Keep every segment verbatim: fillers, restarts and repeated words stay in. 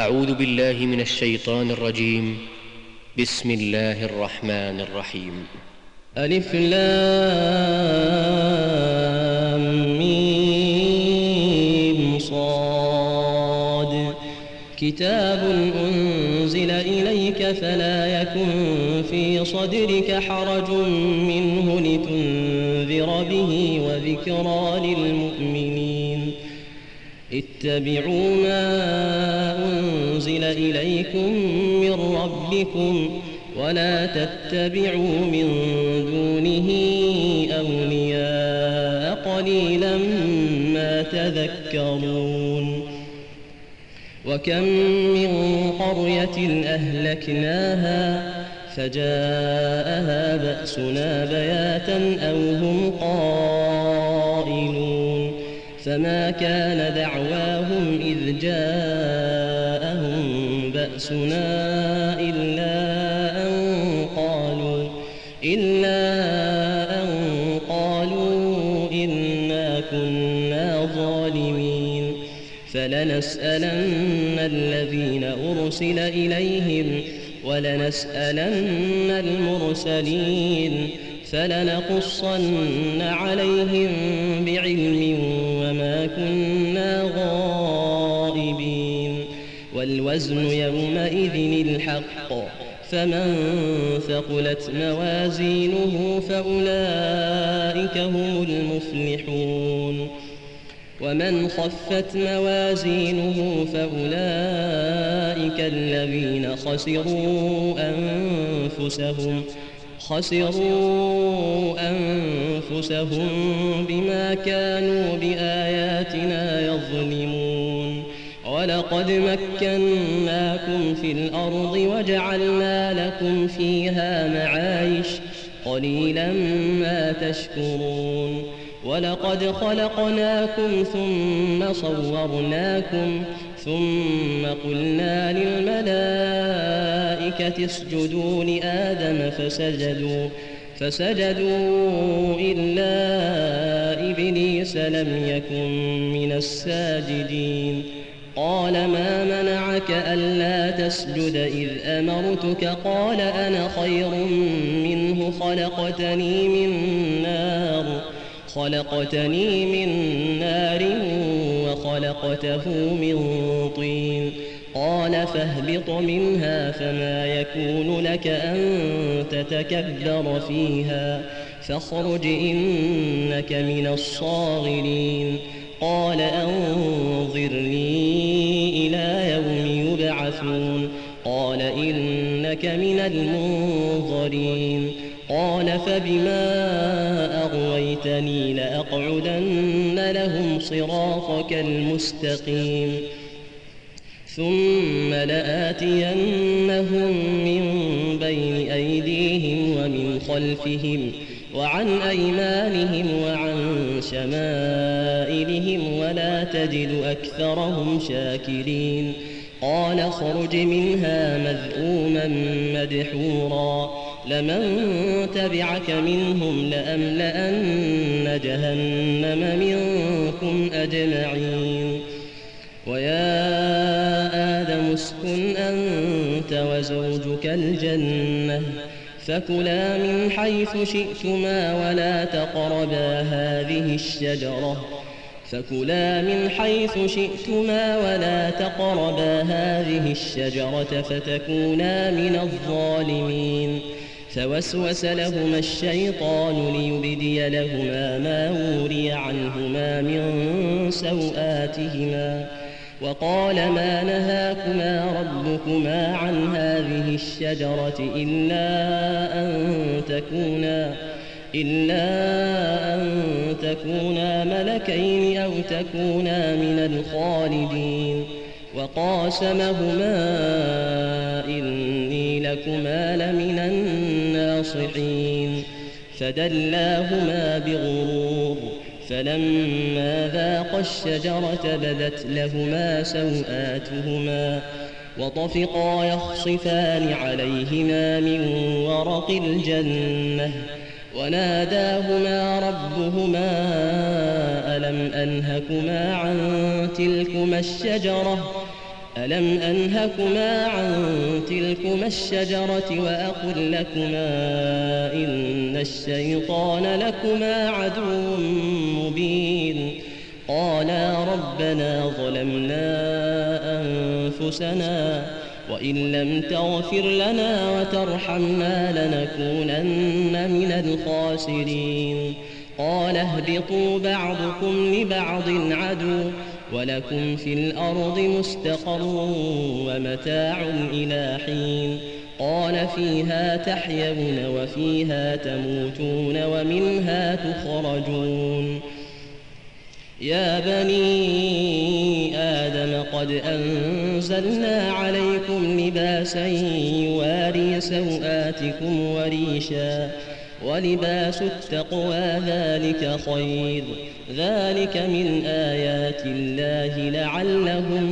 أعوذ بالله من الشيطان الرجيم. بسم الله الرحمن الرحيم. ألف لام ميم صاد. كتاب أنزل إليك فلا يكن في صدرك حرج منه لتنذر به وذكرى للمؤمنين. اتبعوا ما أنزل إليكم من ربكم ولا تتبعوا من دونه أولياء قليلا ما تذكرون. وكم من قرية أهلكناها فجاءها بأسنا بياتا أو هم قائلون فما كان دعواهم إذ جاءهم بأسنا إلا أن قالوا إلا أن قالوا إنا كنا ظالمين. فلنسألن الذين أرسل إليهم ولنسألن المرسلين فلنقصن عليهم بعلم وما كنا غائبين. والوزن يومئذ الحق فمن ثقلت موازينه فأولئك هم المفلحون ومن خفت موازينه فأولئك الذين خسروا أنفسهم خسروا أنفسهم بما كانوا بآياتنا يظلمون. ولقد مكناكم في الأرض وجعلنا لكم فيها معايش قليلا ما تشكرون. ولقد خلقناكم ثم صورناكم ثم قلنا للملائكة اسجدوا لآدم فسجدوا فسجدوا إلا إبليس لم يكن من الساجدين. قال ما منعك ألا تسجد إذ أمرتك؟ قال أنا خير منه خلقتني من نار خلقتني من نار وخلقته من طين. قال فاهبط منها فما يكون لك أن تتكبر فيها فاخرج إنك من الصاغرين. قال أنظرني إلى يوم يبعثون. قال إنك من المنظرين. قال فبما أغويتني لأقعدن لهم صراطك المستقيم ثم لآتينهم من بين أيديهم ومن خلفهم وعن أيمانهم وعن شمائلهم ولا تجد أكثرهم شاكرين. قال اخرج منها مذءوما مدحورا لمن تبعك منهم لأملأن جهنم منكم أجمعين. ويا آدم اسكن أنت وزوجك الجنة فكلا من حيث شئتما ولا تقربا هذه الشجرة فكلا من حيث شئتما ولا تقربا هذه الشجرة فتكونا من الظالمين. فوسوس لهما الشيطان ليبدي لهما ما وري عنهما من سوآتهما وقال ما نهاكما ربكما عن هذه الشجرة إلا أن تكونا إلا أن تكونا ملكين أو تكونا من الخالدين. وقاسمهما إني لكما لمن الناصحين. فدلاهما بغرور فلما ذاقا الشجرة بدت لهما سوآتهما وطفقا يخصفان عليهما من ورق الجنة وناداهما ربهما ألم أنهكما عن تلكما الشجرة ألم أنهكما عن تلكما الشجرة وأقل لكما إن الشيطان لكما عدو مبين قالا ربنا ظلمنا أنفسنا وإن لم تغفر لنا وترحمنا لنكونن من الخاسرين قال اهبطوا بعضكم لبعض عدو ولكم في الأرض مستقر ومتاع إلى حين قال فيها تحيون وفيها تموتون ومنها تخرجون يا بني آدم قد أنزلنا عليكم لباسا يواري سوآتكم وريشا ولباس التقوى ذلك خير ذلك من آيات الله لعلهم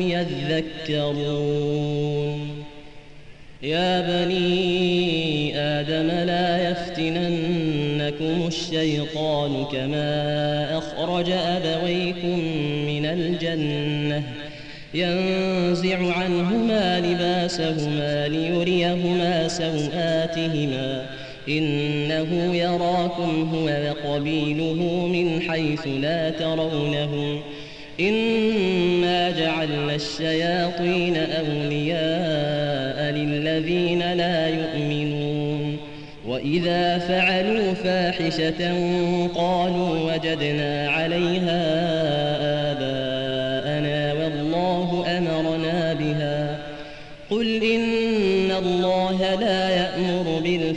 يذكرون يا بني آدم لا يفتننكم الشيطان كما أخرج أبويكم من الجنة ينزع عنهما لباسهما ليريهما سوآتهما إنه يراكم هو وقبيله من حيث لا ترونهم إنا جعلنا الشياطين أولياء للذين لا يؤمنون وإذا فعلوا فاحشة قالوا وجدنا عليها آباءنا والله أمرنا بها قل إن الله لا يأمر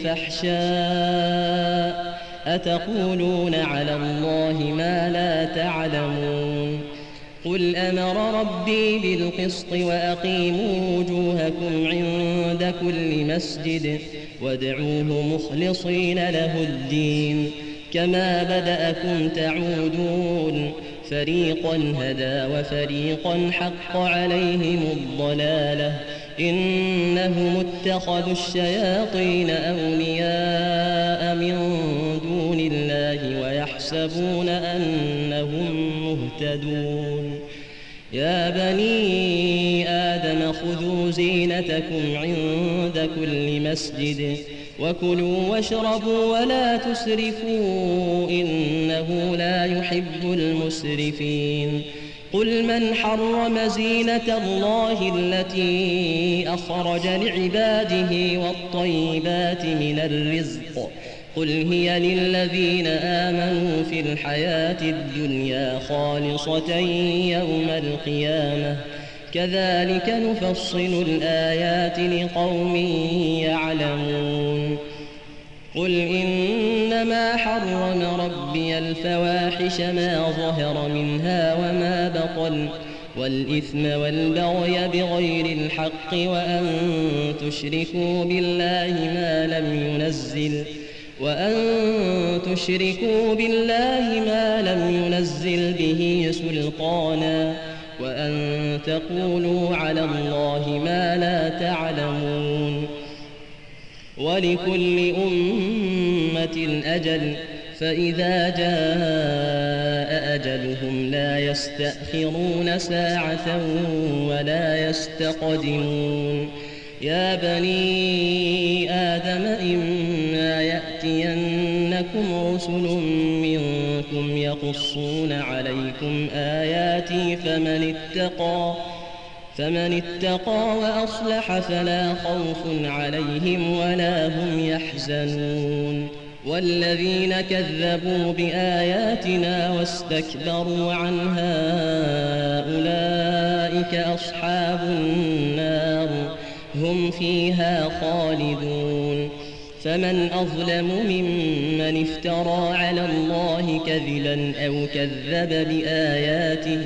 بالفحشاء أتقولون على الله ما لا تعلمون قل أمر ربي بالقسط وأقيموا وجوهكم عند كل مسجد وادعوه مخلصين له الدين كما بدأكم تعودون فريقا هدى وفريقا حق عليهم الضلالة إنهم اتخذوا الشياطين أولياء من دون الله ويحسبون أنهم مهتدون يا بني آدم خذوا زينتكم عند كل مسجد وكلوا واشربوا ولا تسرفوا إنه لا يحب المسرفين قل من حرم زينة الله التي أخرج لعباده والطيبات من الرزق قل هي للذين آمنوا في الحياة الدنيا خالصة يوم القيامة كذلك نفصل الآيات لقوم يعلمون قل إنما حرم ربي الفواحش ما ظهر منها وما بطن والإثم والبغي بغير الحق وأن تشركوا بالله ما لم ينزل وأن تشركوا بالله ما لم ينزل به سلطانا وأن تقولوا على الله ما لا تعلمون ولكل أمة أجل فإذا جاء أجلهم لا يستأخرون ساعة ولا يستقدمون يا بني آدم إما يأتينكم رسل منكم يقصون عليكم آياتي فمن اتقى فمن اتقى وأصلح فلا خوف عليهم ولا هم يحزنون والذين كذبوا بآياتنا واستكبروا عنها أولئك أصحاب النار هم فيها خالدون فمن أظلم ممن افترى على الله كذبا أو كذب بآياته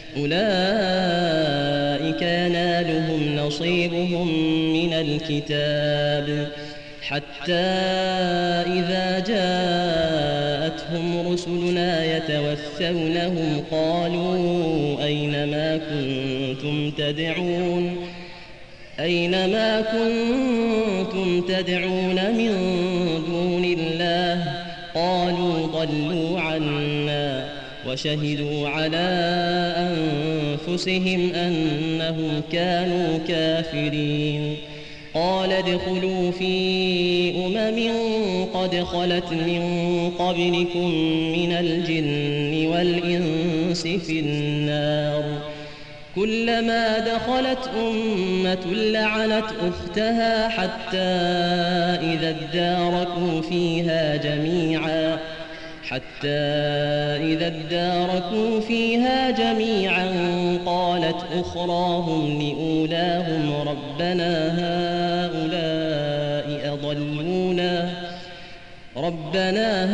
أولئك ينالهم نصيبهم من الكتاب حتى إذا جاءتهم رسلنا يتوفونهم قالوا أين ما كنتم تدعون أين ما كنتم تدعون من دون الله قالوا ضلوا عنا وشهدوا على أنفسهم أنهم كانوا كافرين. قال ادخلوا في أمم قد خلت من قبلكم من الجن والإنس في النار كلما دخلت أمة لعنت أختها حتى إذا اداركوا فيها جميعا حتى إذا اداركوا فيها جميعا قالت أخراهم لأولاهم ربنا هؤلاء أضلونا ربنا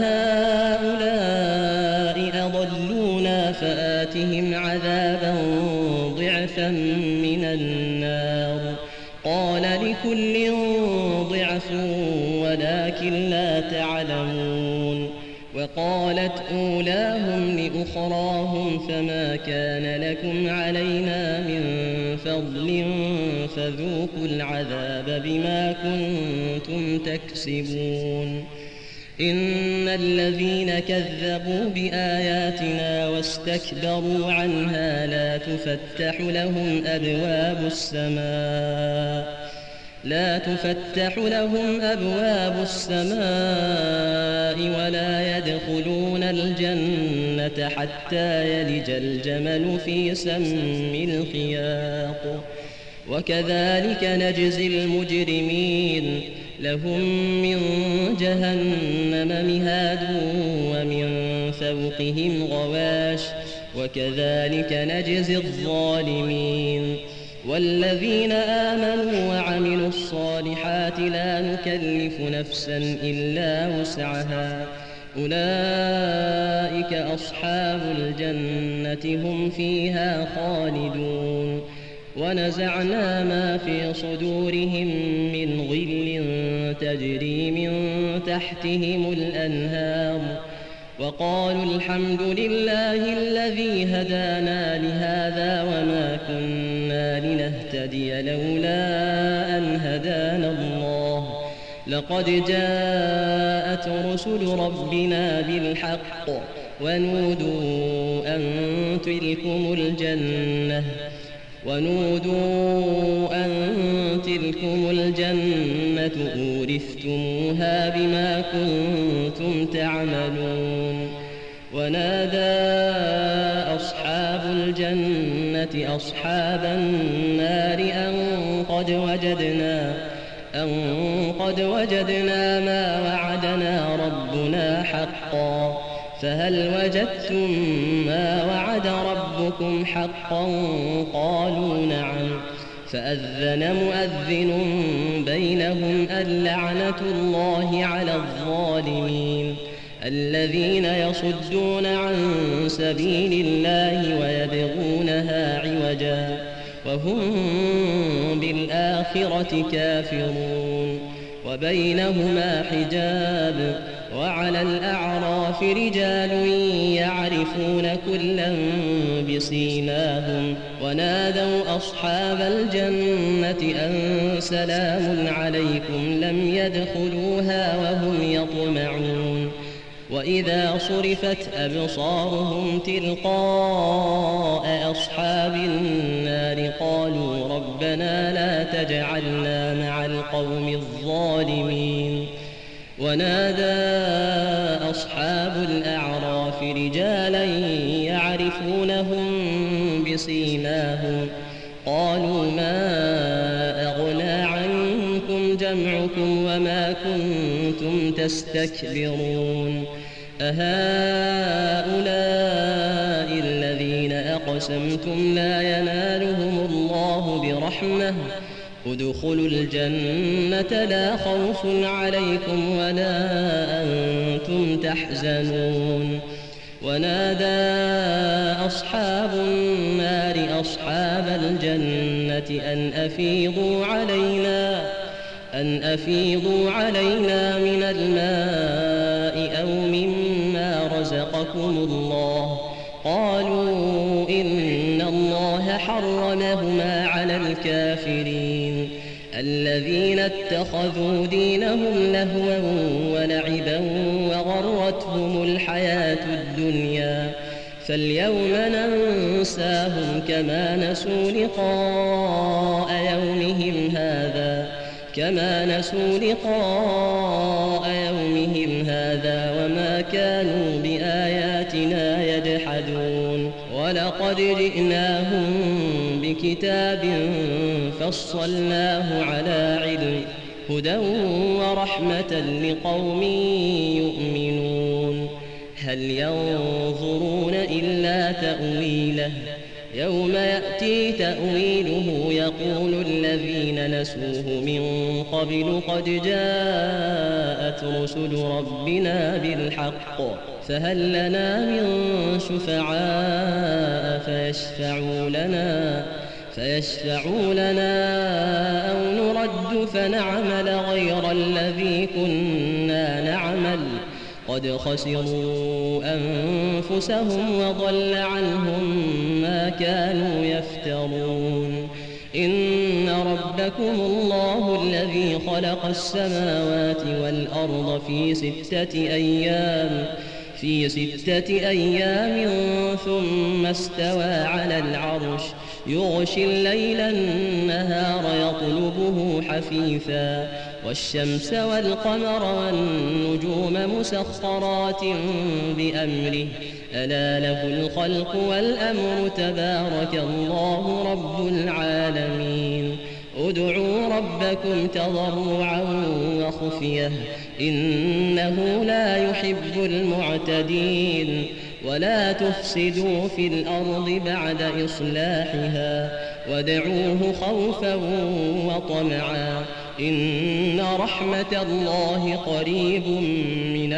هؤلاء أضلونا فآتهم عذابا ضعفا من النار قال لكل ضعف ولكن لا تعلمون. وقالت أولاهم لأخراهم فما كان لكم علينا من فضل فذوقوا العذاب بما كنتم تكسبون. إن الذين كذبوا بآياتنا واستكبروا عنها لا تفتح لهم أبواب السماء لا تفتح لهم أبواب السماء ولا يدخلون الجنة حتى يلج الجمل في سم الخياط وكذلك نجزي المجرمين. لهم من جهنم مهاد ومن فوقهم غواش وكذلك نجزي الظالمين. والذين آمنوا وعملوا الصالحات لا نكلف نفسا إلا وسعها أولئك أصحاب الجنة هم فيها خالدون. ونزعنا ما في صدورهم من غل تجري من تحتهم الأنهار وقالوا الحمد لله الذي هدانا لهذا وما كنا لنهتدي لولا أن هدانا الله لقد جاءت رسل ربنا بالحق ونودوا أن تلكم الجنة ونودوا أن تلكم الجنة أورثتموها بما كنتم تعملون. ونادى أصحاب الجنة أصحاب النار أن قد وجدنا أن قد وجدنا ما وعدنا ربنا حقا فهل وجدتم ما وعد ربكم حقا قالوا نعم فأذن مؤذن بينهم اللعنة الله على الظالمين الذين يصدون عن سبيل الله ويبغونها عوجا وهم بالآخرة كافرون. وبينهما حجاب وعلى الأعراف رجال يعرفون كلا بسيماهم ونادوا أصحاب الجنة أن سلام عليكم لم يدخلوها وهم يطمعون. وإذا صرفت أبصارهم تلقاء أصحاب النار قالوا ربنا لا تجعلنا مع القوم الظالمين. ونادى أصحاب الأعراف رجالا يعرفونهم بسيماهم قالوا ما أغنى عنكم جمعكم وما كنتم تستكبرون أهؤلاء الذين أقسمتم لا ينالهم الله برحمة ادخلوا الجنة لا خوف عليكم ولا أنتم تحزنون. ونادى أصحاب النار أصحاب الجنة أن أفيضوا علينا أن أفيضوا علينا من الماء أو مما رزقكم الله قالوا إن الله حرمهما على الكافرين الذين اتخذوا دينهم لهوا ولعبا وغرتهم الحياة الدنيا فاليوم ننساهم كما نسوا لقاء يومهم هذا كما نسوا لقاء يومهم هذا وما كانوا بآياتنا يجحدون ولقد جئناهم بكتاب فصلناه على علم هدى ورحمة لقوم يؤمنون هل ينظرون إلا تأويله يوم يأتي تأويله يقول الذين نسوه من قبل قد جاءت رسل ربنا بالحق فهل لنا من شفعاء فيشفعوا لنا فيشفعوا لنا أو نرد فنعمل غير الذي كنا نعمل قد خسروا أنفسهم وضل عنهم ما كانوا يفترون إن ربكم الله الذي خلق السماوات والأرض في ستة أيام في ستة أيام ثم استوى على العرش يغشي الليل النهار يطلبه حثيثا والشمس والقمر والنجوم مسخرات بأمره ألا له الخلق والأمر تبارك الله رب العالمين ادعوا ربكم تضرعا وخفية إنه لا يحب المعتدين ولا تفسدوا في الأرض بعد إصلاحها وادعوه خوفا وطمعا إن رحمة الله قريب من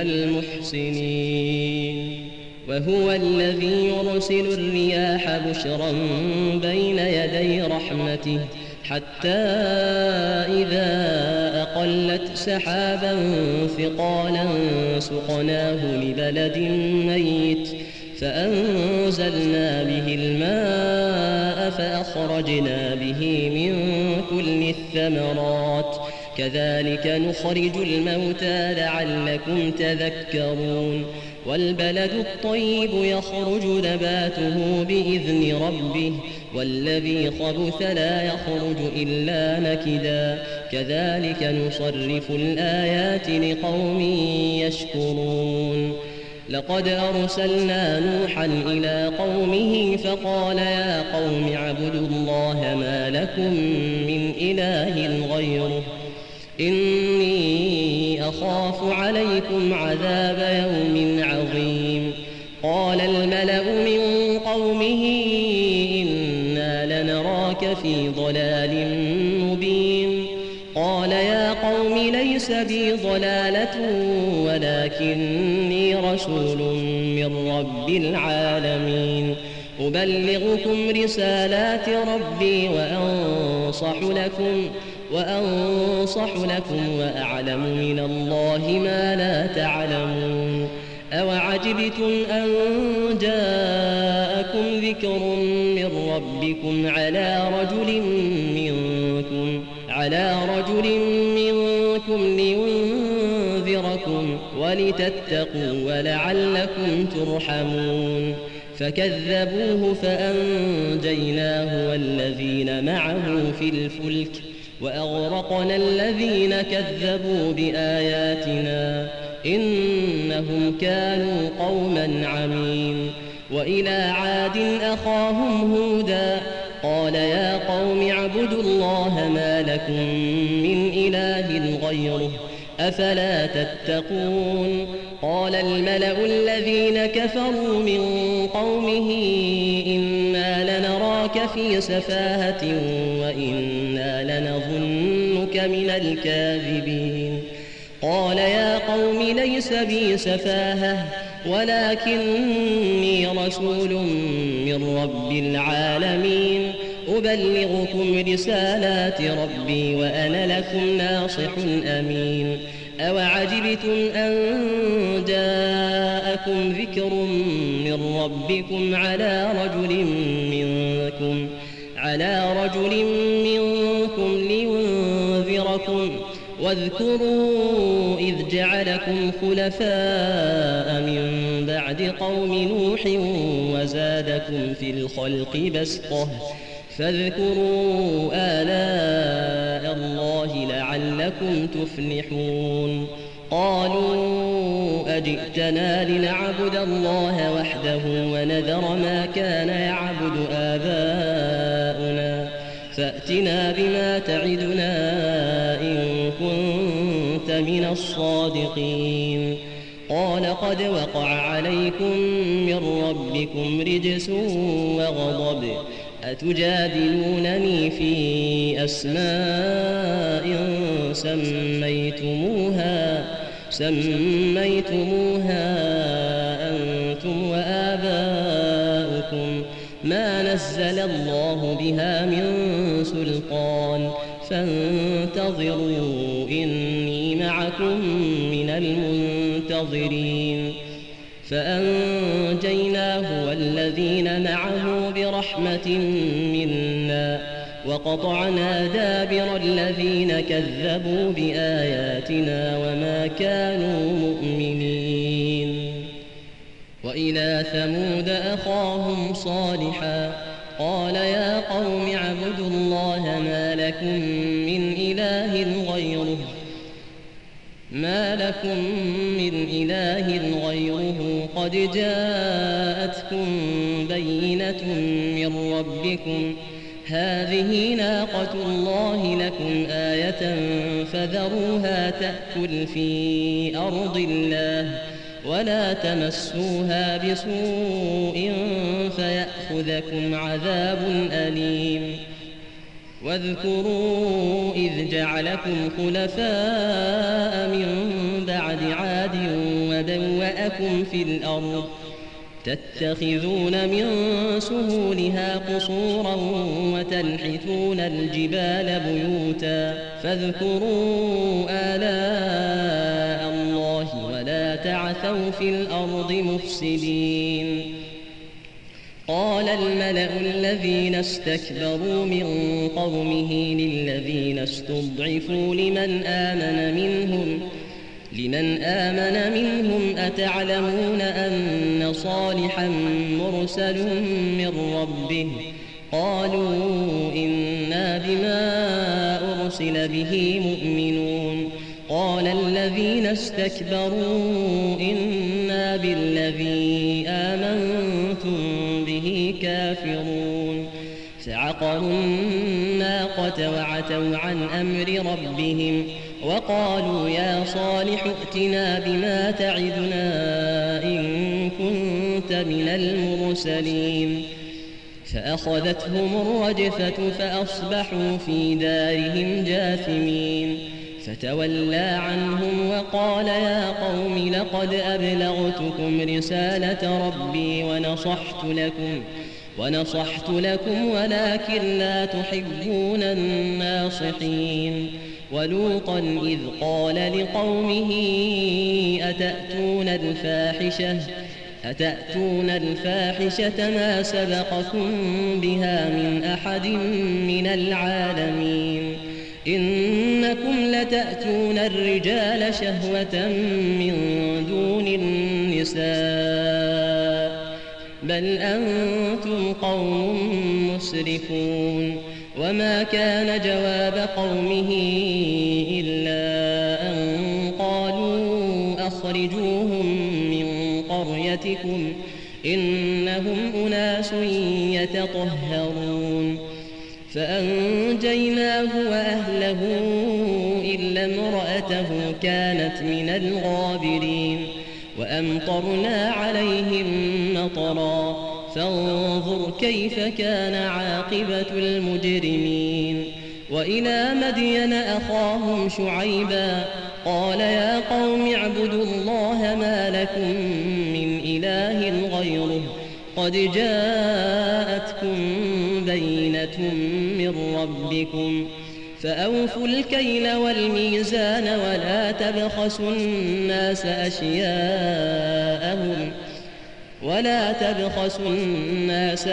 المحسنين وهو الذي يرسل الرياح بشرا بين يدي رحمته حتى إذا أقلت سحابا ثقالا سقناه لبلد ميت فأنزلنا به الماء فأخرجنا به من كل الثمرات كذلك نخرج الموتى لعلكم تذكرون والبلد الطيب يخرج نباته بإذن ربه والذي خبث لا يخرج إلا نكدا كذلك نصرف الآيات لقوم يشكرون لقد أرسلنا نوحا إلى قومه فقال يا قوم اعبدوا الله ما لكم من إله غيره إني أخاف عليكم عذاب يوم عظيم قال الملأ من قومه إنا لنراك في ضلال مبين قال يا قوم ليس بي ضلالة ولكني رسول من رب العالمين أبلغكم رسالات ربي وأنصح لكم وأنصح لكم وأعلم من الله ما لا تعلمون أوعجبتم أن جاءكم ذكر من ربكم على رجل منكم على رجل منكم لينذركم ولتتقوا ولعلكم ترحمون فكذبوه فأنجيناه والذين معه في الفلك وأغرقنا الذين كذبوا بآياتنا إنهم كانوا قوما عمين وإلى عاد أخاهم هودا قال يا قوم اعبدوا الله ما لكم من إله غيره أفلا تتقون قال الملأ الذين كفروا من قومه إنا لنراك في سفاهة وإنا لنظنك من الكاذبين قال يا قوم ليس بي سفاهة ولكني رسول من رب العالمين أبلغكم رسالات ربي وأنا لكم ناصح أمين أوعجبتم أن جاءكم ذكر من ربكم على رجل منكم على رجل منكم لينذركم واذكروا إذ جعلكم خلفاء من بعد قوم نوح وزادكم في الخلق بسطة فاذكروا آلاء الله لعلكم تفلحون قالوا أجئتنا لنعبد الله وحده ونذر ما كان يعبد آباؤنا فأتنا بما تعدنا إن كنت من الصادقين قال قد وقع عليكم من ربكم رجس وغضب أتجادلونني في أسماء سميتموها سميتموها أنتم وآباؤكم ما نزل الله بها من سلطان فانتظروا إني معكم من المنتظرين فأنجيناه والذين معه برحمة منا وقطعنا دابر الذين كذبوا بآياتنا وما كانوا مؤمنين وإلى ثمود أخاهم صالحا قال يا قوم اعبدوا الله ما لكم من إله غيره ما لكم من إله غيره قد جاءتكم بينة من ربكم هذه ناقة الله لكم آية فذروها تأكل في أرض الله ولا تمسوها بسوء فيأخذكم عذاب أليم واذكروا إذ جعلكم خلفاء من بعد عاد وبوأكم في الأرض تتخذون من سهولها قصورا وتنحتون الجبال بيوتا فاذكروا آلاء الله ولا تعثوا في الأرض مفسدين قال الملأ الذين استكبروا من قومه للذين استضعفوا لمن آمن منهم لمن آمن منهم أتعلمون أن صالحا مرسل من ربه قالوا إنا بما أرسل به مؤمنون قال الذين استكبروا إنا بالذي آمنتم به كافرون فعقروا الناقة وعتوا عن أمر ربهم وقالوا يا صالح ائتنا بما تعدنا إن كنت من المرسلين فأخذتهم الرجفة فأصبحوا في دارهم جاثمين فتولى عنهم وقال يا قوم لقد أبلغتكم رسالة ربي ونصحت لكم ونصحت لكم ولكن لا تحبون الناصحين ولوطا إذ قال لقومه أتأتون الفاحشة أتأتون الفاحشة ما سبقكم بها من أحد من العالمين إنكم لتأتون الرجال شهوة من دون النساء بل أنتم قوم مسرفون وما كان جواب قومه إلا أن قالوا أخرجوهم من قريتكم إنهم أناس يتطهرون فأنجيناه وأهله إلا امرأته كانت من الغابرين وأمطرنا عليهم مطرا فانظر كيف كان عاقبة المجرمين وإلى مدين أخاهم شعيبا قال يا قوم اعبدوا الله ما لكم من إله غيره قد جاءتكم بينة من ربكم فأوفوا الكيل والميزان ولا تبخسوا الناس أشياءهم ولا تبخسوا الناس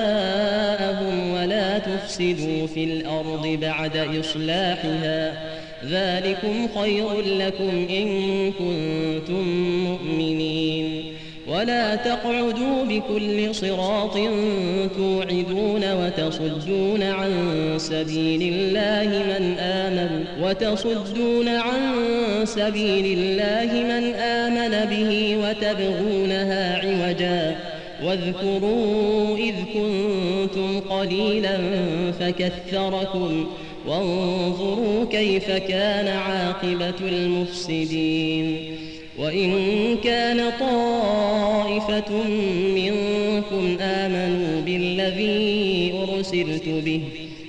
أشياءهم ولا تفسدوا في الأرض بعد إصلاحها ذلكم خير لكم إن كنتم مؤمنين. ولا تقعدوا بكل صراط توعدون وتصدون عن سبيل الله من آمن وتصدون عن سبيل الله من آمن به وتبغونها عوجا واذكروا إذ كنتم قليلا فكثركم وانظروا كيف كان عاقبة المفسدين. وإن كان طائفة منكم آمنوا بالذي أرسلت به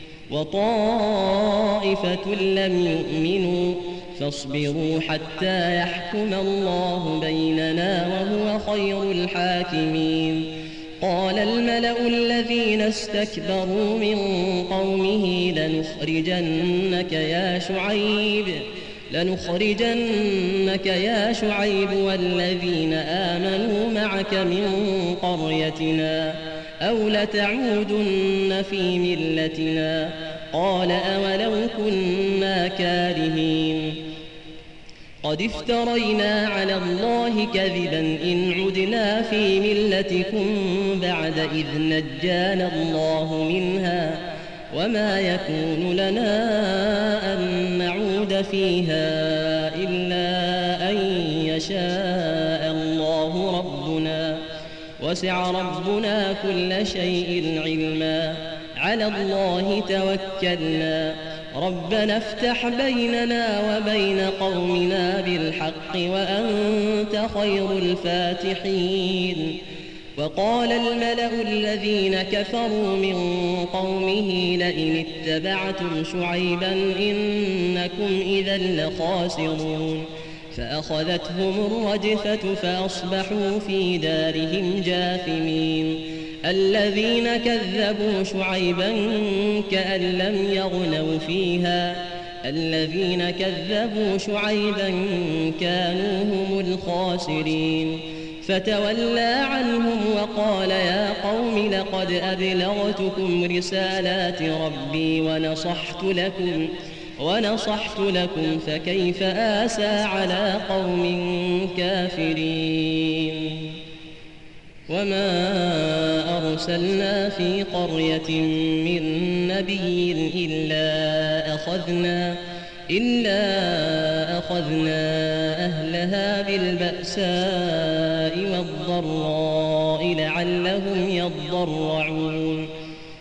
وطائفة لم يؤمنوا فاصبروا حتى يحكم الله بيننا وهو خير الحاكمين. قال الملأ الذين استكبروا من قومه لنخرجنك يا شعيب لنخرجنك يا شعيب والذين آمنوا معك من قريتنا أو لتعودن في ملتنا. قال أولو كنا كارهين قد افترينا على الله كذبا إن عدنا في ملتكم بعد إذ نجانا الله منها وما يكون لنا أن نعود فيها إلا أن يشاء الله ربنا وسع ربنا كل شيء علما على الله توكلنا ربنا افتح بيننا وبين قومنا بالحق وأنت خير الفاتحين. وقال الملأ الذين كفروا من قومه لئن اتبعتم شعيبا إنكم إذا لخاسرون. فأخذتهم الرجفة فأصبحوا في دارهم جاثمين. الذين كذبوا شعيبا كأن لم يغنوا فيها الذين كذبوا شعيبا كانوا هم الخاسرين. فتولى عنهم وقال يا قوم لقد أبلغتكم رسالات ربي ونصحت لكم ونصحت لكم فكيف آسى على قوم كافرين. وما أرسلنا في قرية من نبي إلا أخذنا إلا أخذنا أهلها بالبأساء والضراء لعلهم يضرعون.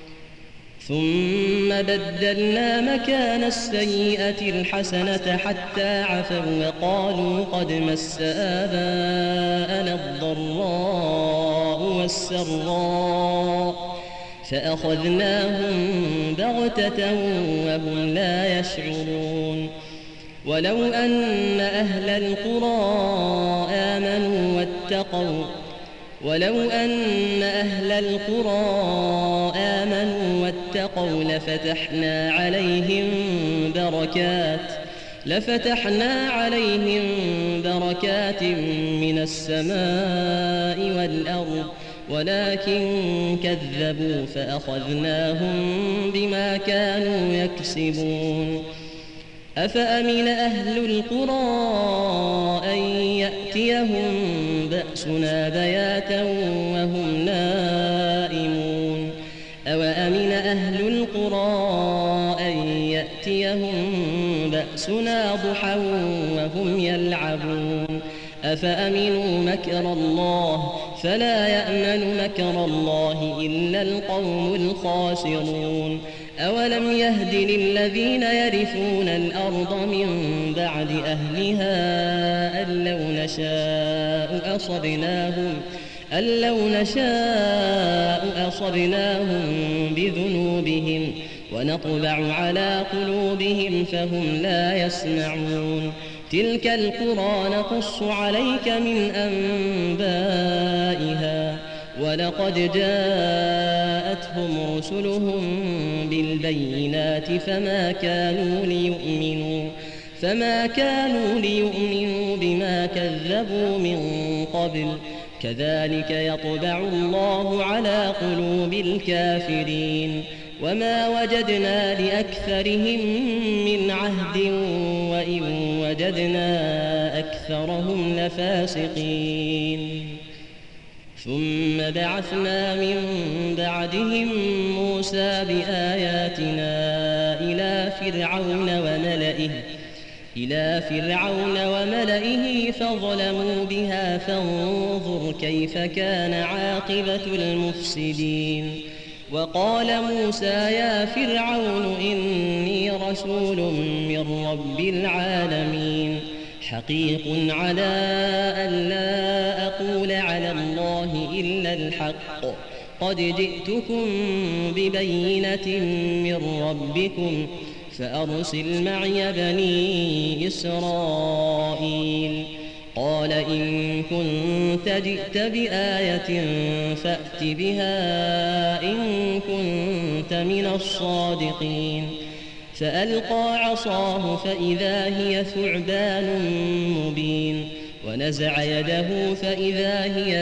ثم بدلنا مكان السيئة الحسنة حتى عفوا وقالوا قد مس آباءنا الضراء والسراء فأخذناهم بغتة وهم لا يشعرون. ولو أن أهل القرى آمنوا واتقوا ولو أن أهل القرى آمنوا واتقوا لفتحنا عليهم بركات لفتحنا عليهم بركات من السماء والأرض ولكن كذبوا فأخذناهم بما كانوا يكسبون. أفأمن أهل القرى أن يأتيهم بأسنا بياتا وهم نائمون أوأمن أهل القرى أن يأتيهم بأسنا ضحى وهم يلعبون أفأمنوا مكر الله فلا يأمن مكر الله إلا القوم الخاسرون. أولم يهد للذين يرثون الأرض من بعد أهلها أن لو نشاء أصبناهم أن لو نشاء أصبناهم بذنوبهم ونطبع على قلوبهم فهم لا يسمعون. تلك القرى نقص عليك من أنبائها ولقد جاءتهم رسلهم بالبينات فما كانوا ليؤمنوا فما كانوا ليؤمنوا بما كذبوا من قبل كذلك يطبع الله على قلوب الكافرين. وما وجدنا لأكثرهم من عهد وجدنا أكثرهم لفاسقين ثم بعثنا من بعدهم موسى بآياتنا إلى فرعون وملئه إلى فرعون وملئه فظلموا بها فانظر كيف كان عاقبة المفسدين. وقال موسى يا فرعون إني رسول من رب العالمين حقيق على أن لا أقول على الله إلا الحق قد جئتكم ببينة من ربكم فأرسل معي بني إسرائيل. قال إن كنت جئت بآية فأت بها إن كنت من الصادقين. فألقى عصاه فإذا هي ثعبان مبين ونزع يده فإذا هي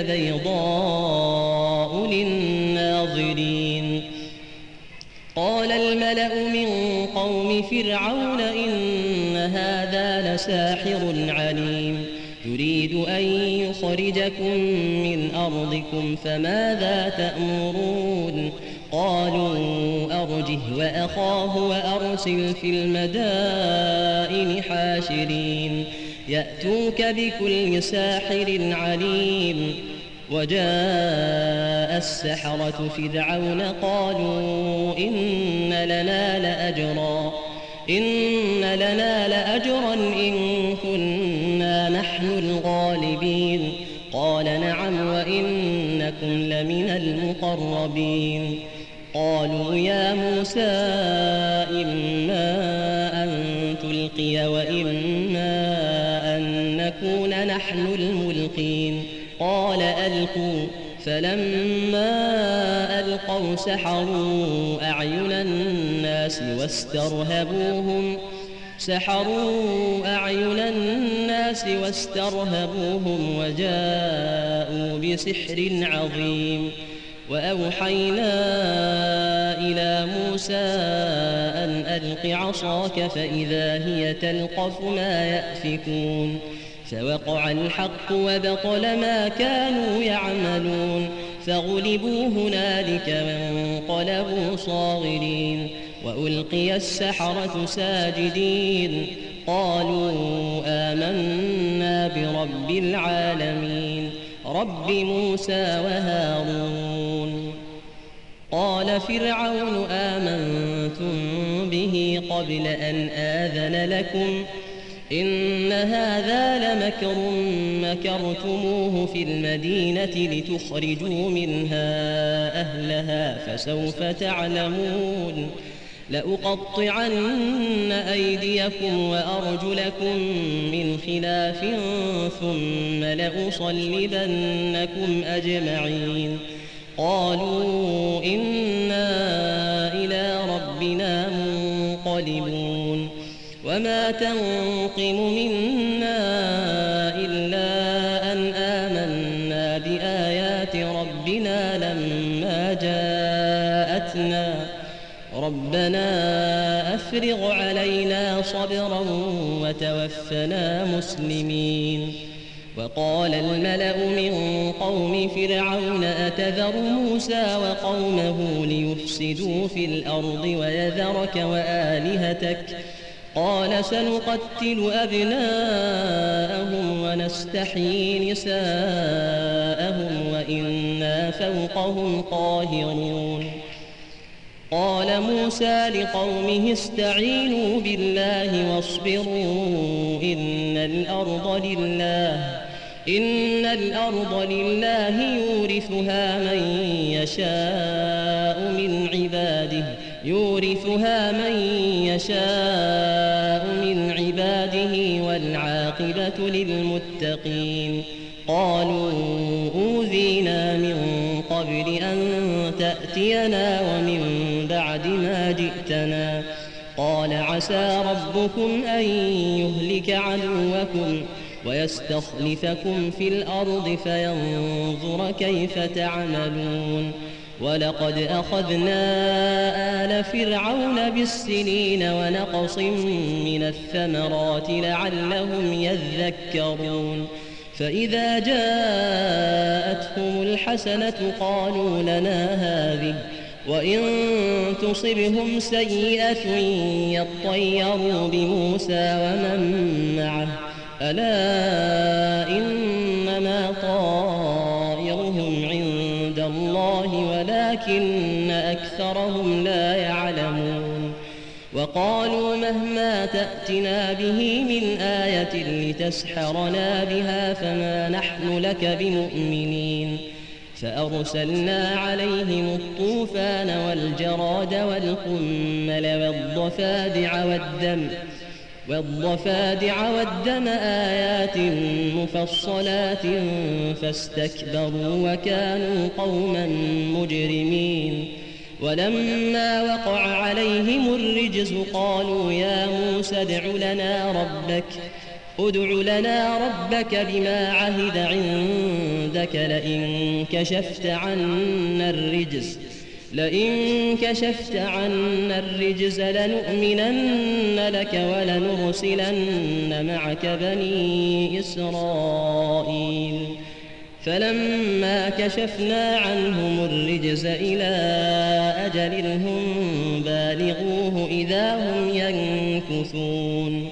بيضاء للناظرين. قال الملأ من قوم فرعون إن هذا لساحر عليم يريد أن يخرجكم من أرضكم فماذا تأمرون؟ قالوا أرجه وأخاه وأرسل في المدائن حاشرين يأتوك بكل ساحر عليم. وجاء السحرة فرعون قالوا إن لنا لأجرا إن لنا لأجرا إن كنا نحن الغالبين. قال نعم وإنكم لمن المقربين. قالوا يا موسى إما أن تلقي وإما أن نكون نحن الملقين. قال ألقوا فلما ألقوا سحروا أعين الناس واسترهبوهم سحروا أعين الناس واسترهبوهم وجاءوا بسحر عظيم. وأوحينا إلى موسى أن ألق عصاك فإذا هي تلقف ما يأفكون. فوقع الحق وبطل ما كانوا يعملون فغلبوا هنالك وانقلبوا صاغرين. وألقي السحرة ساجدين قالوا آمنا برب العالمين رب موسى وهارون. قال فرعون آمنتم به قبل أن آذن لكم إن هذا لمكر مكرتموه في المدينة لتخرجوا منها أهلها فسوف تعلمون. لأقطعن أيديكم وأرجلكم من خلاف ثم لأصلبنكم أجمعين. قالوا إنا إلى ربنا منقلبون. وما تنقم منا إلا أن آمنا بآيات ربنا لما جاءتنا ربنا أفرغ علينا صبرا وتوفنا مسلمين. وقال الملأ من قوم فرعون أتذر موسى وقومه ليفسدوا في الأرض ويذرك وآلهتك قال سنقتل أبناءهم ونستحيي نساءهم وإنا فوقهم قاهرون. قال موسى لقومه استعينوا بالله واصبروا إن الأرض لله إن الأرض لله يورثها من يشاء من عباده يورثها من يشاء من عباده والعاقبة للمتقين. قالوا أوذينا من قبل أن تأتينا ومن بعد ما جئتنا. قال عسى ربكم أن يهلك عدوكم ويستخلفكم في الأرض فينظر كيف تعملون. ولقد أخذنا آل فرعون بالسنين ونقص من الثمرات لعلهم يذكرون فإذا جاءتهم الحسنة قالوا لنا هذه وإن تصبهم سيئة يطيروا بموسى ومن معه ألا إنما طائرهم عند الله ولكن أكثرهم لا يعلمون وقالوا مهما تأتنا به من آية لتسحرنا بها فما نحن لك بمؤمنين فأرسلنا عليهم الطوفان والجراد والقمل والضفادع والدم والضفادع والدم آيات مفصلات فاستكبروا وكانوا قوما مجرمين ولما وقع عليهم الرجز قالوا يا موسى ادع لنا ربك ادع لنا ربك بما عهد عندك لئن كشفت عنا الرجز لئن كشفت عنا الرجز لنؤمنن لك ولنرسلن معك بني إسرائيل فلما كشفنا عنهم الرجز إلى أجل هم بالغوه إذا هم ينكثون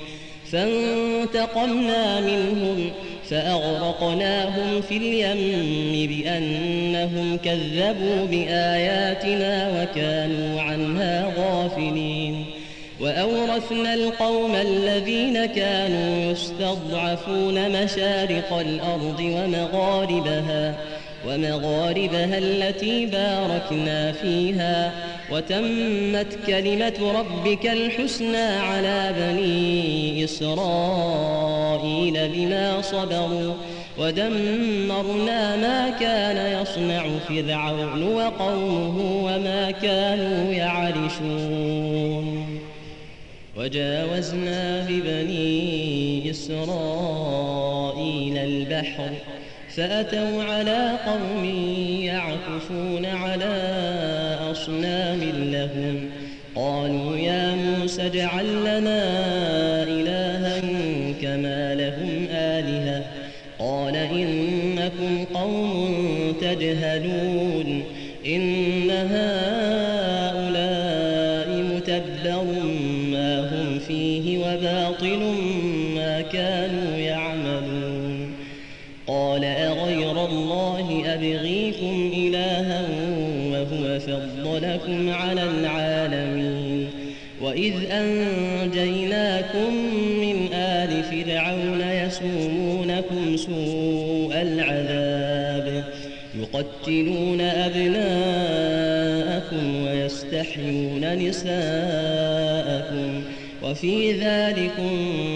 فانتقمنا منهم فأغرقناهم في اليم بأنهم كذبوا بآياتنا وكانوا عنها غافلين وأورثنا القوم الذين كانوا يستضعفون مشارق الأرض ومغاربها ومغاربها التي باركنا فيها وتمت كلمة ربك الحسنى على بني إسرائيل بما صبروا ودمرنا ما كان يصنع فرعون وقومه وما كانوا يعرشون وجاوزنا ببني إسرائيل البحر فأتوا على قوم يعكفون على أصنام لهم قالوا يا موسى اجعل لنا إلها كما لهم آلهة قال إنكم قوم تجهلون إن هؤلاء متبر ما هم فيه وباطل ما كانوا يعملون قال أغير الله أبغيكم إلها وهو فضلكم على العالمين وإذ أنجيناكم من آل فرعون يسومونكم سوء العذاب يقتلون أبناءكم ويستحيون نساءكم وفي ذلكم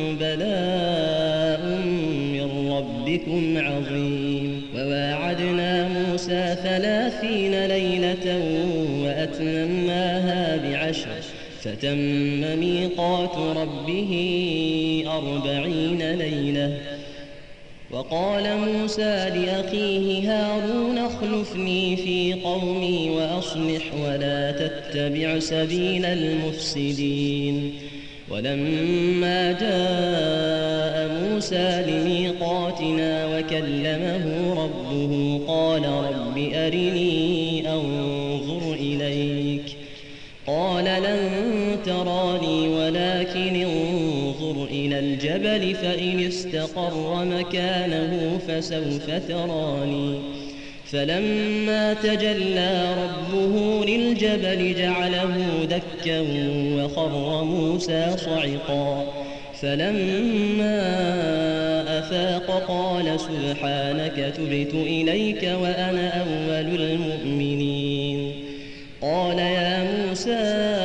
بلاء من ربكم عظيم وواعدنا موسى ثلاثين ليلة وأتممناها بعشر فتم ميقات ربه أربعين ليلة وقال موسى لأخيه هارون اخلفني في قومي وأصلح ولا تتبع سبيل المفسدين ولما جاء موسى لميقاتنا وكلمه ربه قال رب أرني أنظر إليك قال لن تراني ولكن انظر إلى الجبل فإن استقر مكانه فسوف تراني فلما تجلى ربه للجبل جعله دكا وخر موسى صعقا فلما أفاق قال سبحانك تبت إليك وأنا أول المؤمنين قال يا موسى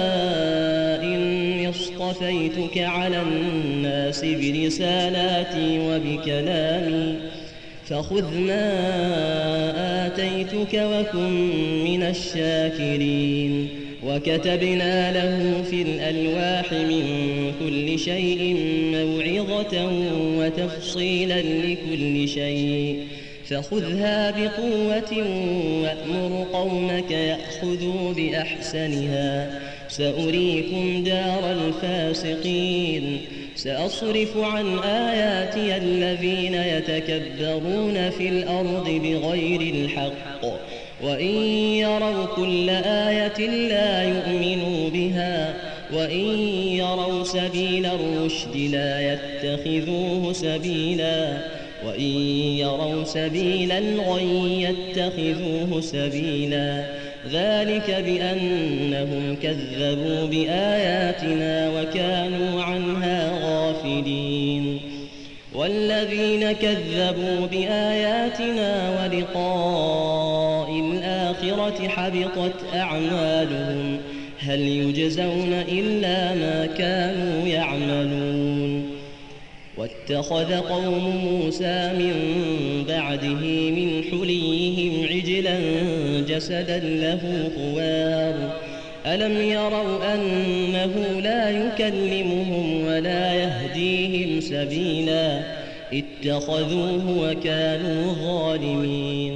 إني اصطفيتك على الناس برسالاتي وبكلامي فخذ ما آتيتك وكن من الشاكرين وكتبنا له في الألواح من كل شيء موعظة وتفصيلا لكل شيء فخذها بقوة وأمر قومك يأخذوا بأحسنها سأريكم دار الفاسقين سأصرف عن آياتي الذين يتكبرون في الأرض بغير الحق وإن يروا كل آية لا يؤمنوا بها وإن يروا سبيل الرشد لا يتخذوه سبيلا وإن يروا سبيل الغي يتخذوه سبيلا ذلك بأنهم كذبوا بآياتنا وكانوا عنها غافلين والذين كذبوا بآياتنا ولقاء الآخرة حبطت أعمالهم هل يجزون إلا ما كانوا يعملون واتخذ قوم موسى من بعده من حليهم عجلا جسدا له خوار ألم يروا أنه لا يكلمهم ولا يهديهم سبيلا اتخذوه وكانوا ظالمين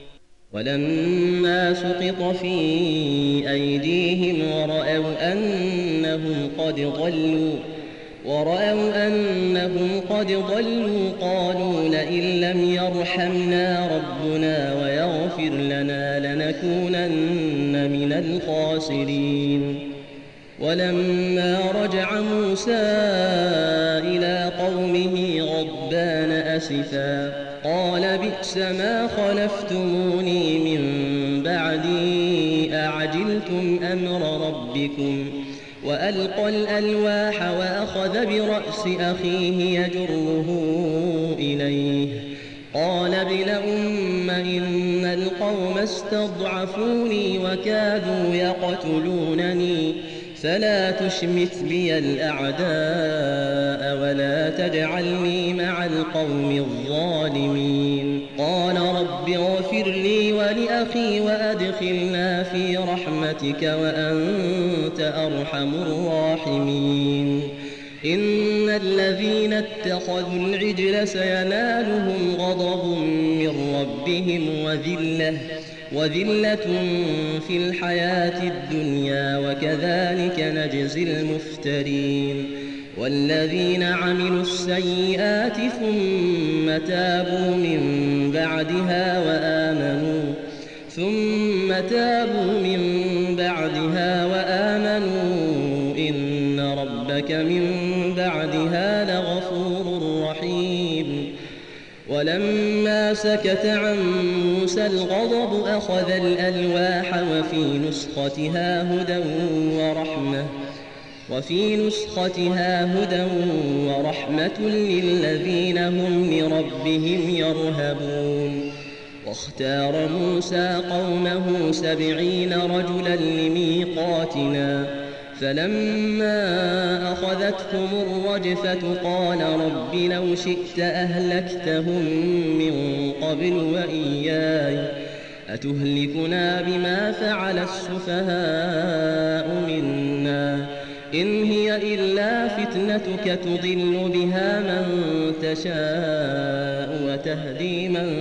ولما سقط في أيديهم ورأوا أنهم قد ضلوا ورأوا أنهم قد ضلوا قالوا لئن لم يرحمنا ربنا ويغفر لنا لنكونن من الخاسرين ولما رجع موسى إلى قومه غضبان أسفا قال بئس ما خلفتموني من بعدي أعجلتم أمر ربكم وألقى الألواح وأخذ برأس أخيه يجره إليه قال ابن أم إن القوم استضعفوني وكادوا يقتلونني فلا تشمت بي الأعداء ولا تجعلني مع القوم الظالمين قال رب اغفر لي ولأخي وأدخلنا في رحمتك وأنت أرحم الراحمين إن الذين اتخذوا العجل سينالهم غضب من ربهم وذلة وذلة في الحياة الدنيا وكذلك نجزي المفترين والذين عملوا السيئات ثم تابوا من بعدها وآمنوا ثم تابوا من بعدها وآمنوا إن ربك من بعدها لغفور رحيم ولما سكت عن موسى الغضب أخذ الألواح وفي نسختها هدى ورحمة وفي نسختها هدى ورحمة للذين هم لربهم يرهبون واختار موسى قومه سبعين رجلا لميقاتنا فلما أخذتهم الرجفة قال رب لو شئت أهلكتهم من قبل وإياي أتهلكنا بما فعل السفهاء منا إن هي إلا فتنتك تضل بها من تشاء وتهدي من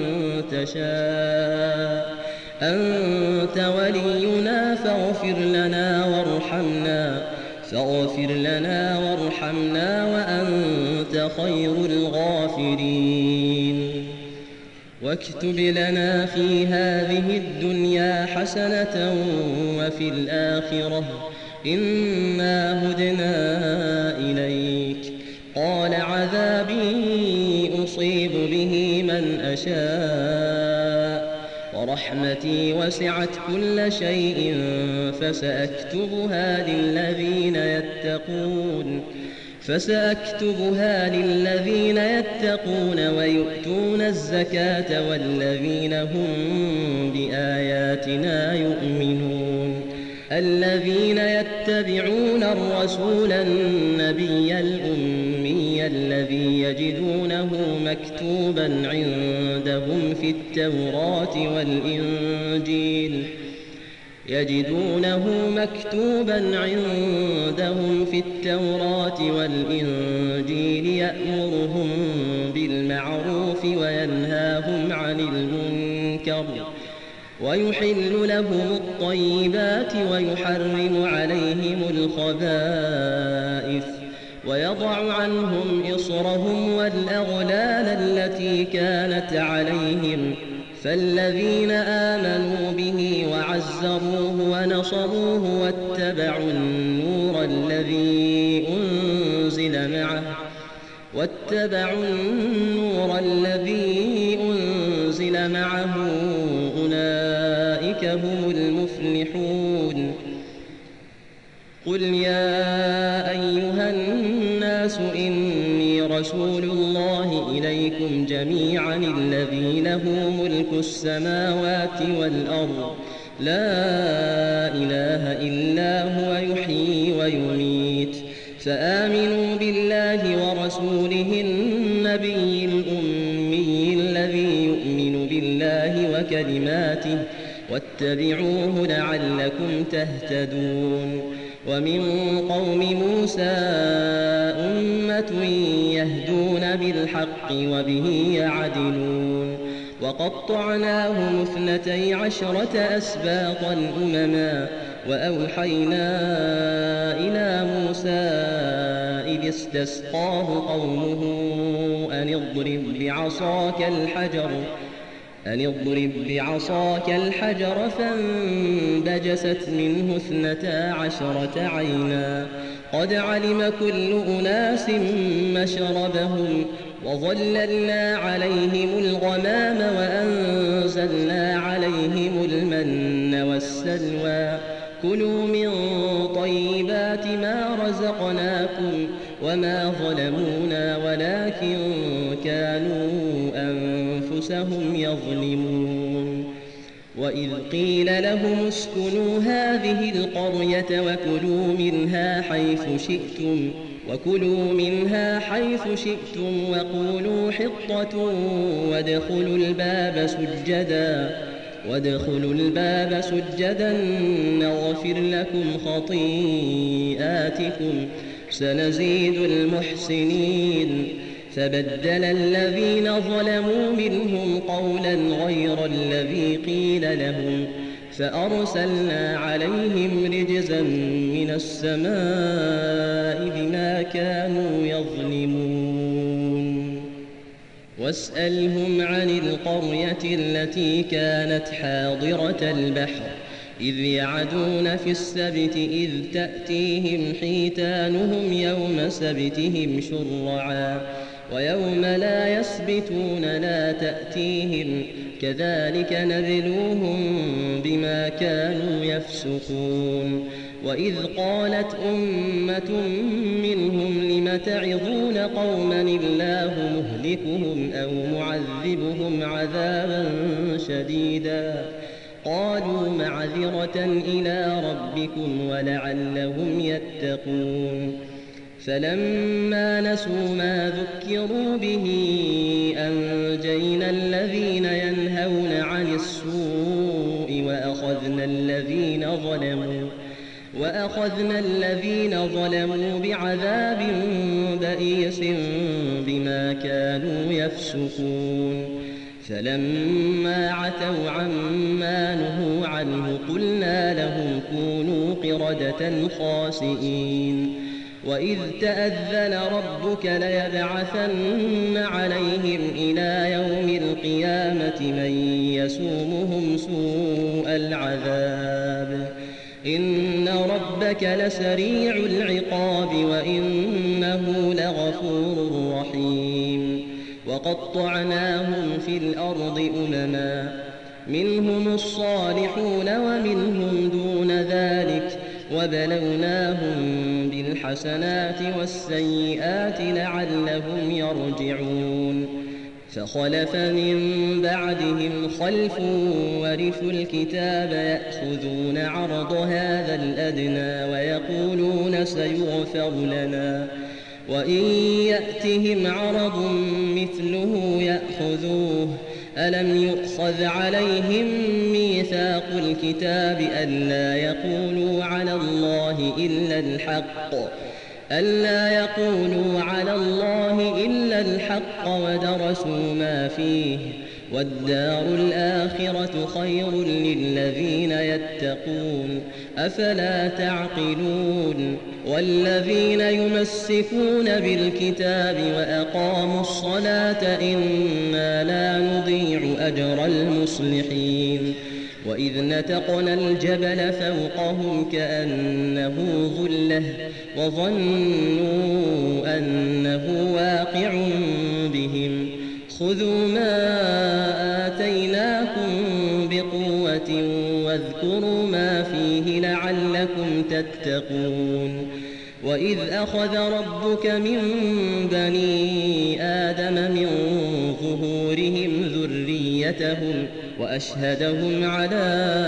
تشاء أنت ولينا فاغفر لنا وارحمنا فاغفر لنا وارحمنا وأنت خير الغافرين واكتب لنا في هذه الدنيا حسنة وفي الآخرة إنا هدنا إليك قال عذابي أصيب به من أشاء ورحمتي وسعت كل شيء فسأكتبها للذين يتقون فسأكتبها للذين يتقون ويؤتون الزكاة والذين هم بآياتنا يؤمنون الذين يتبعون الرسول النبي الأمي الذي يجدونه مكتوبا عندهم في التوراة والإنجيل يجدونه مكتوبا عندهم في التوراة والإنجيل يأمرهم بالمعروف وينهاهم عن المنكر ويحل لهم الطيبات ويحرم عليهم الخبائث ويضع عنهم إصرهم والأغلال التي كانت عليهم فالذين آمنوا به وعزروه ونصروه واتبعوا النور الذي أنزل معه واتبعوا النور الذي أنزل معه أولئك هم المفلحون. قل يا أيها الناس إني رسول الله إليكم جميعا الذي له ملك السماوات والأرض لا إله إلا هو يحيي ويميت فآمنوا بالله ورسوله النبي الأمي الذي يؤمن بالله وكلماته واتبعوه لعلكم تهتدون. ومن قوم موسى أمة يهدون بالحق وبه يعدلون وقطعناهم اثنتي عشرة أسباطا أمما وأوحينا إلى موسى إذ استسقاه قومه أن اضرب بعصاك الحجر أن اضرب بعصاك الحجر فانبجست منه اثنتا عشرة عينا قد علم كل أناس مشربهم وظللنا عليهم الغمام وأنزلنا عليهم المن والسلوى كلوا من طيبات ما رزقناكم وما ظلمونا ولكن كانوا أنفسهم يظلمون. وإذ قيل لهم اسكنوا هذه القرية وكلوا منها حيث شئتم وكلوا منها حيث شئتم وقولوا حطة وادخلوا الباب سجدا وادخلوا الباب سجدا نغفر لكم خطيئاتكم سنزيد المحسنين. فبدل الذين ظلموا منهم قولا غير الذي قيل لهم فأرسلنا عليهم رجزا من السماء بما كانوا يظلمون. واسألهم عن القرية التي كانت حاضرة البحر إذ يعدون في السبت إذ تأتيهم حيتانهم يوم سبتهم شرعا ويوم لا يسبتون لا تأتيهم كذلك نبلوهم بما كانوا يفسقون. وإذ قالت أمة منهم لم تعظون قوما الله مهلكهم أو معذبهم عذابا شديدا قالوا معذرة إلى ربكم ولعلهم يتقون. فلما نسوا ما ذكروا به أنجينا الذين ينهون عن السوء وأخذنا الذين ظلموا وأخذنا الذين ظلموا بعذاب بئيس بما كانوا يفسقون. فلما عتوا عما نهوا عنه قلنا لهم كونوا قردة خاسئين. وإذ تأذن ربك ليبعثن عليهم إلى يوم القيامة من يسومهم سوء العذاب إن ربك لسريع العقاب وإنه لغفور رحيم. وقطعناهم في الأرض أمما منهم الصالحون ومنهم دون ذلك وبلوناهم بالحسنات والسيئات لعلهم يرجعون. فخلف من بعدهم خلف ورثوا الكتاب يأخذون عرض هذا الأدنى ويقولون سيغفر لنا وإن يأتهم عرض مثله يأخذوه ألم يؤخذ عليهم ميثاق الكتاب ألا يقولوا على الله إلا الحق ألا يقولوا على الله إلا الحق ودرسوا ما فيه والدار الآخرة خير للذين يتقون أفلا تعقلون والذين يمسكون بالكتاب وأقاموا الصلاة إنا لا نضيع أجر المصلحين وإذ نتقنا الجبل فوقهم كأنه ظلة وظنوا أنه واقع بهم خذوا ما آتيناكم بقوة واذكروا ما فيه لعلكم تتقون وإذ أخذ ربك من بني آدم من ظهورهم ذريتهم وأشهدهم على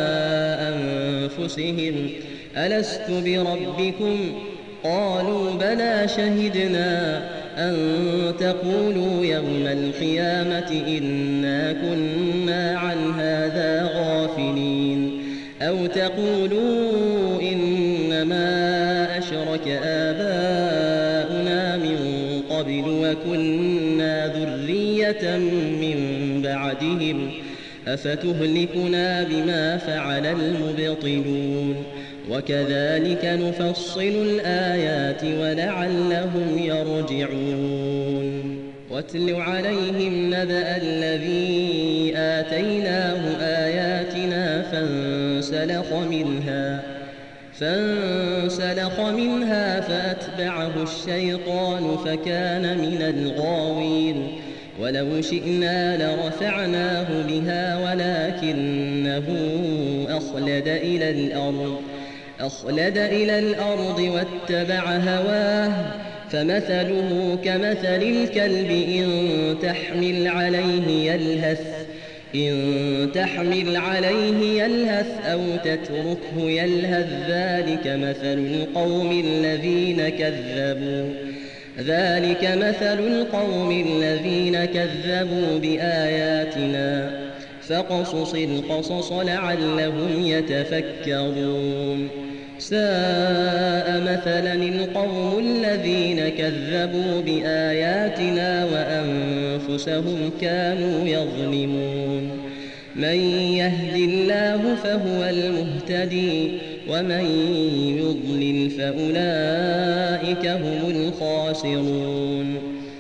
أنفسهم ألست بربكم قالوا بلى شهدنا أن تقولوا يوم القيامة إنا كنا عن هذا غافلين أو تقولوا إنما أشرك آباؤنا من قبل وكنا ذرية من بعدهم أفتهلكنا بما فعل المبطلون وكذلك نفصل الآيات ولعلهم يرجعون واتل عليهم نبأ الذي آتيناه آياتنا فانسلخ منها فانسلخ منها فأتبعه الشيطان فكان من الغاوين ولو شئنا لرفعناه بها ولكنه أخلد إلى الأرض أخلد إلى الأرض واتبع هواه فمثله كمثل الكلب إن تحمل عليه يلهث إن تحمل عليه يلهث أو تتركه يلهث ذلك مثل القوم الذين كذبوا ذلك مثل القوم الذين كذبوا بآياتنا فاقصص القصص لعلهم يتفكرون ساء مثلا القوم الذين كذبوا بآياتنا وأنفسهم كانوا يظلمون من يهد الله فهو المهتدي ومن يضلل فأولئك هم الخاسرون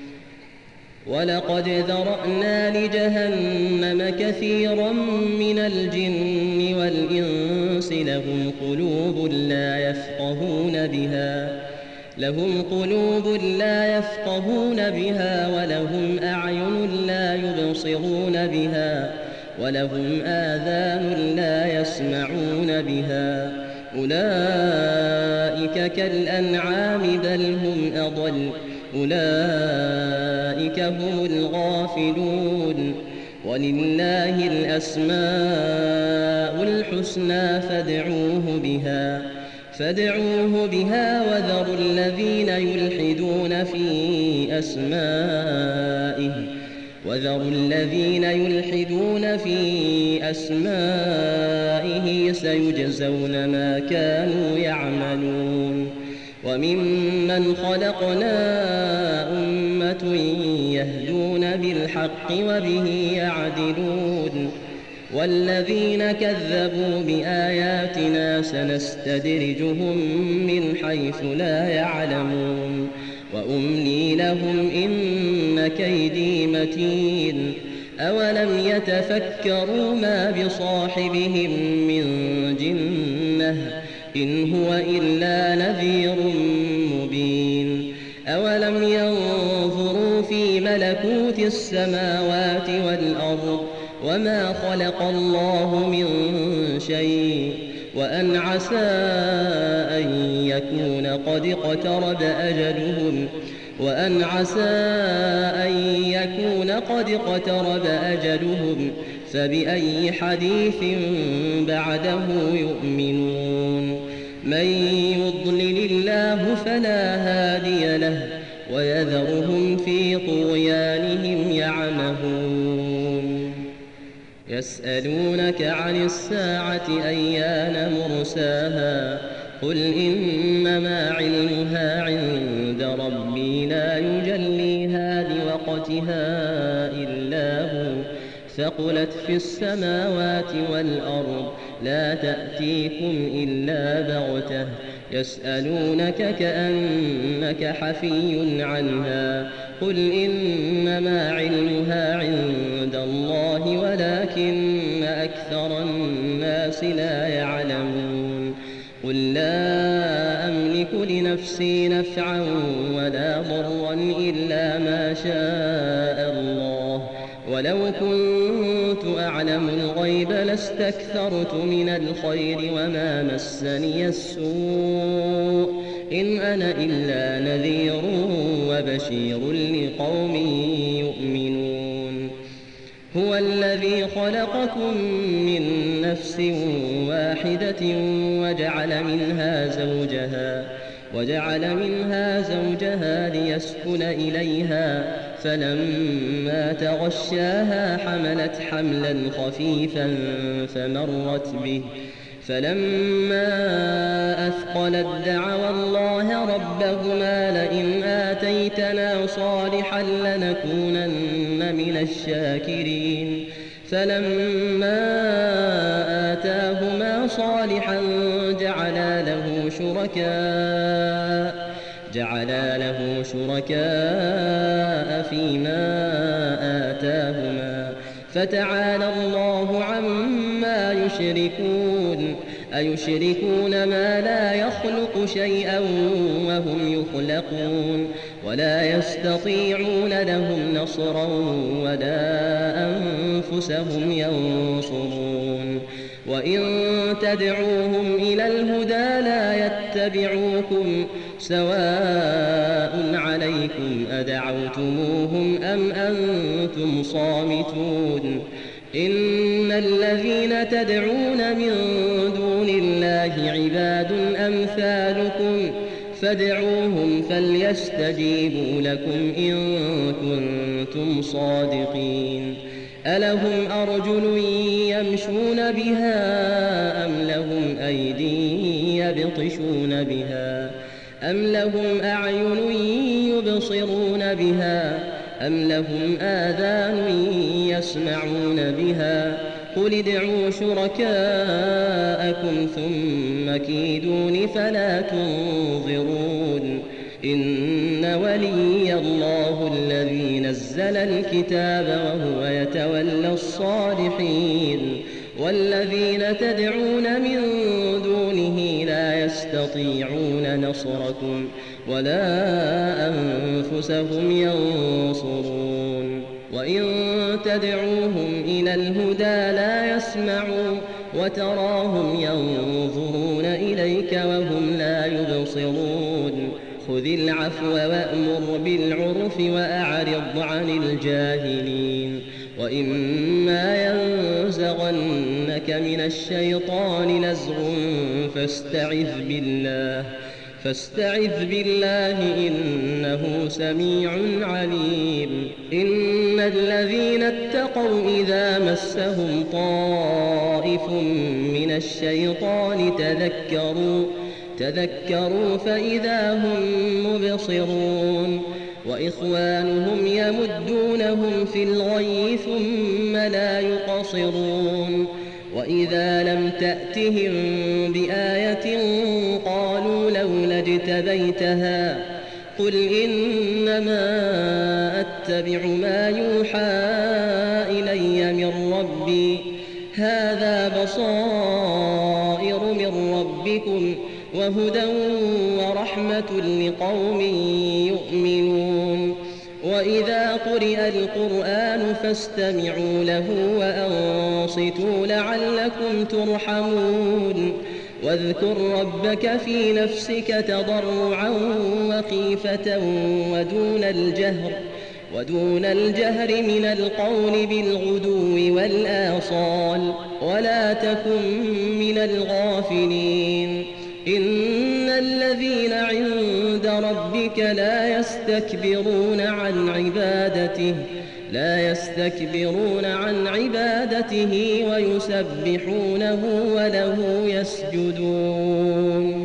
ولقد ذرأنا لجهنم كثيرا من الجن والإنس لهم قلوب لا يفقهون بها لهم قلوب لا يفقهون بها ولهم أعين لا يبصرون بها ولهم آذان لا يسمعون بها أولئك كالأنعام بل هم أضل أولئك هم الغافلون ولله الأسماء الحسنى فادعوه بها فادعوه بها وذروا الذين يلحدون في أسمائه وذروا الذين يلحدون في أسمائه سيجزون ما كانوا يعملون وممن خلقنا أمة يهدون بالحق وبه يعدلون والذين كذبوا بآياتنا سنستدرجهم من حيث لا يعلمون وأملي لهم إن كيدي متين أولم يتفكروا ما بصاحبهم من جنة إن هو إلا نذير مبين أولم ينظروا في ملكوت السماوات والأرض وما خلق الله من شيء وأن عسى أن يكون قد اقترب أجلهم وأن عسى أن يكون قد اقترب أجلهم فبأي حديث بعده يؤمنون من يضلل الله فلا هادي له ويذرهم في طغيانهم يعمهون يسألونك عن الساعة أيان مرساها قل إنما علمها عند ربي لا يجليها لوقتها إلا هو ثقلت في السماوات والأرض لا تأتيكم إلا بغتة يسألونك كأنك حفي عنها قل إنما علمها عند الله ولكن أكثر الناس لا يعلمون قل لا أملك لنفسي نفعا ولا ضرا إلا ما شاء الله ولو كنت أعلم الغيب لاستكثرت من الخير وما مسني السوء إن أنا إلا نذير وبشير لقوم يؤمنون هو الذي خلقكم من نفس واحدة وجعل منها زوجها وجعل منها زوجها ليسكن إليها فلما تغشاها حملت حملا خفيفا فمرت به فلما أثقلت دعوا الله ربهما لئن آتيتنا صالحا لنكونن من الشاكرين فلما آتاهما صالحا جعلا له شركاء جعلا له شركاء فيما آتاهما فتعالى الله عما يشركون أيشركون ما لا يخلق شيئا وهم يخلقون ولا يستطيعون لهم نصرا ولا أنفسهم ينصرون وإن تدعوهم إلى الهدى لا يتبعوكم سواء عليكم أدعوتموهم أم أنتم صامتون إن الذين تدعون من دون الله عباد أمثالكم فادعوهم فليستجيبوا لكم إن كنتم صادقين ألهم أرجل يمشون بها أم لهم أيدي يبطشون بها أم لهم أعين يبصرون بها أم لهم آذان يسمعون بها قل ادعوا شركاءكم ثم كيدون فلا تنظرون إن ولي الله الذي نزل الكتاب وهو يتولى الصالحين والذين تدعون من دونه لا يستطيعون نصركم ولا أنفسهم ينصرون وإن تدعوهم إلى الهدى لا يسمعوا وتراهم ينظرون إليك وهم لا يبصرون خذ العفو وأمر بالعرف وأعرض عن الجاهلين وإما ينزغنك من الشيطان نزغ فاستعذ بالله فاستعذ بالله إنه سميع عليم إن الذين اتقوا إذا مسهم طائف من الشيطان تذكروا تذكروا فإذا هم مبصرون وإخوانهم يمدونهم في الغي ثم لا يقصرون وإذا لم تأتهم بآية قالوا لولا اجتبيتها قل إنما أتبع ما يوحى إلي من ربي هذا بصائر من ربكم وهدى ورحمة لقوم يؤمنون وإذا قرئ القرآن فاستمعوا له وأنصتوا لعلكم ترحمون واذكر ربك في نفسك تضرعا وخيفة ودون الجهر ودون الجهر من القول بالغدو والآصال ولا تكن من الغافلين إن الذين عند ربك لا يستكبرون عن عبادته لا يستكبرون عن عبادته ويسبحونه وله يسجدون